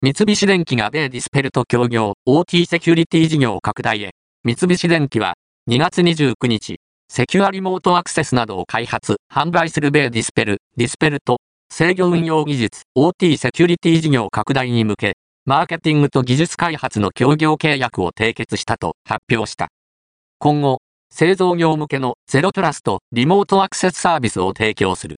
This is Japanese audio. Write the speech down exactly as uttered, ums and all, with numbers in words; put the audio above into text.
三菱電機が米ディスペルと協業 オーティー セキュリティ事業拡大へ。三菱電機はにがつにじゅうくにち、セキュアリモートアクセスなどを開発、販売する米ディスペル、ディスペルと制御運用技術 オーティー セキュリティ事業拡大に向け、マーケティングと技術開発の協業契約を締結したと発表した。今後、製造業向けのゼロトラストリモートアクセスサービスを提供する。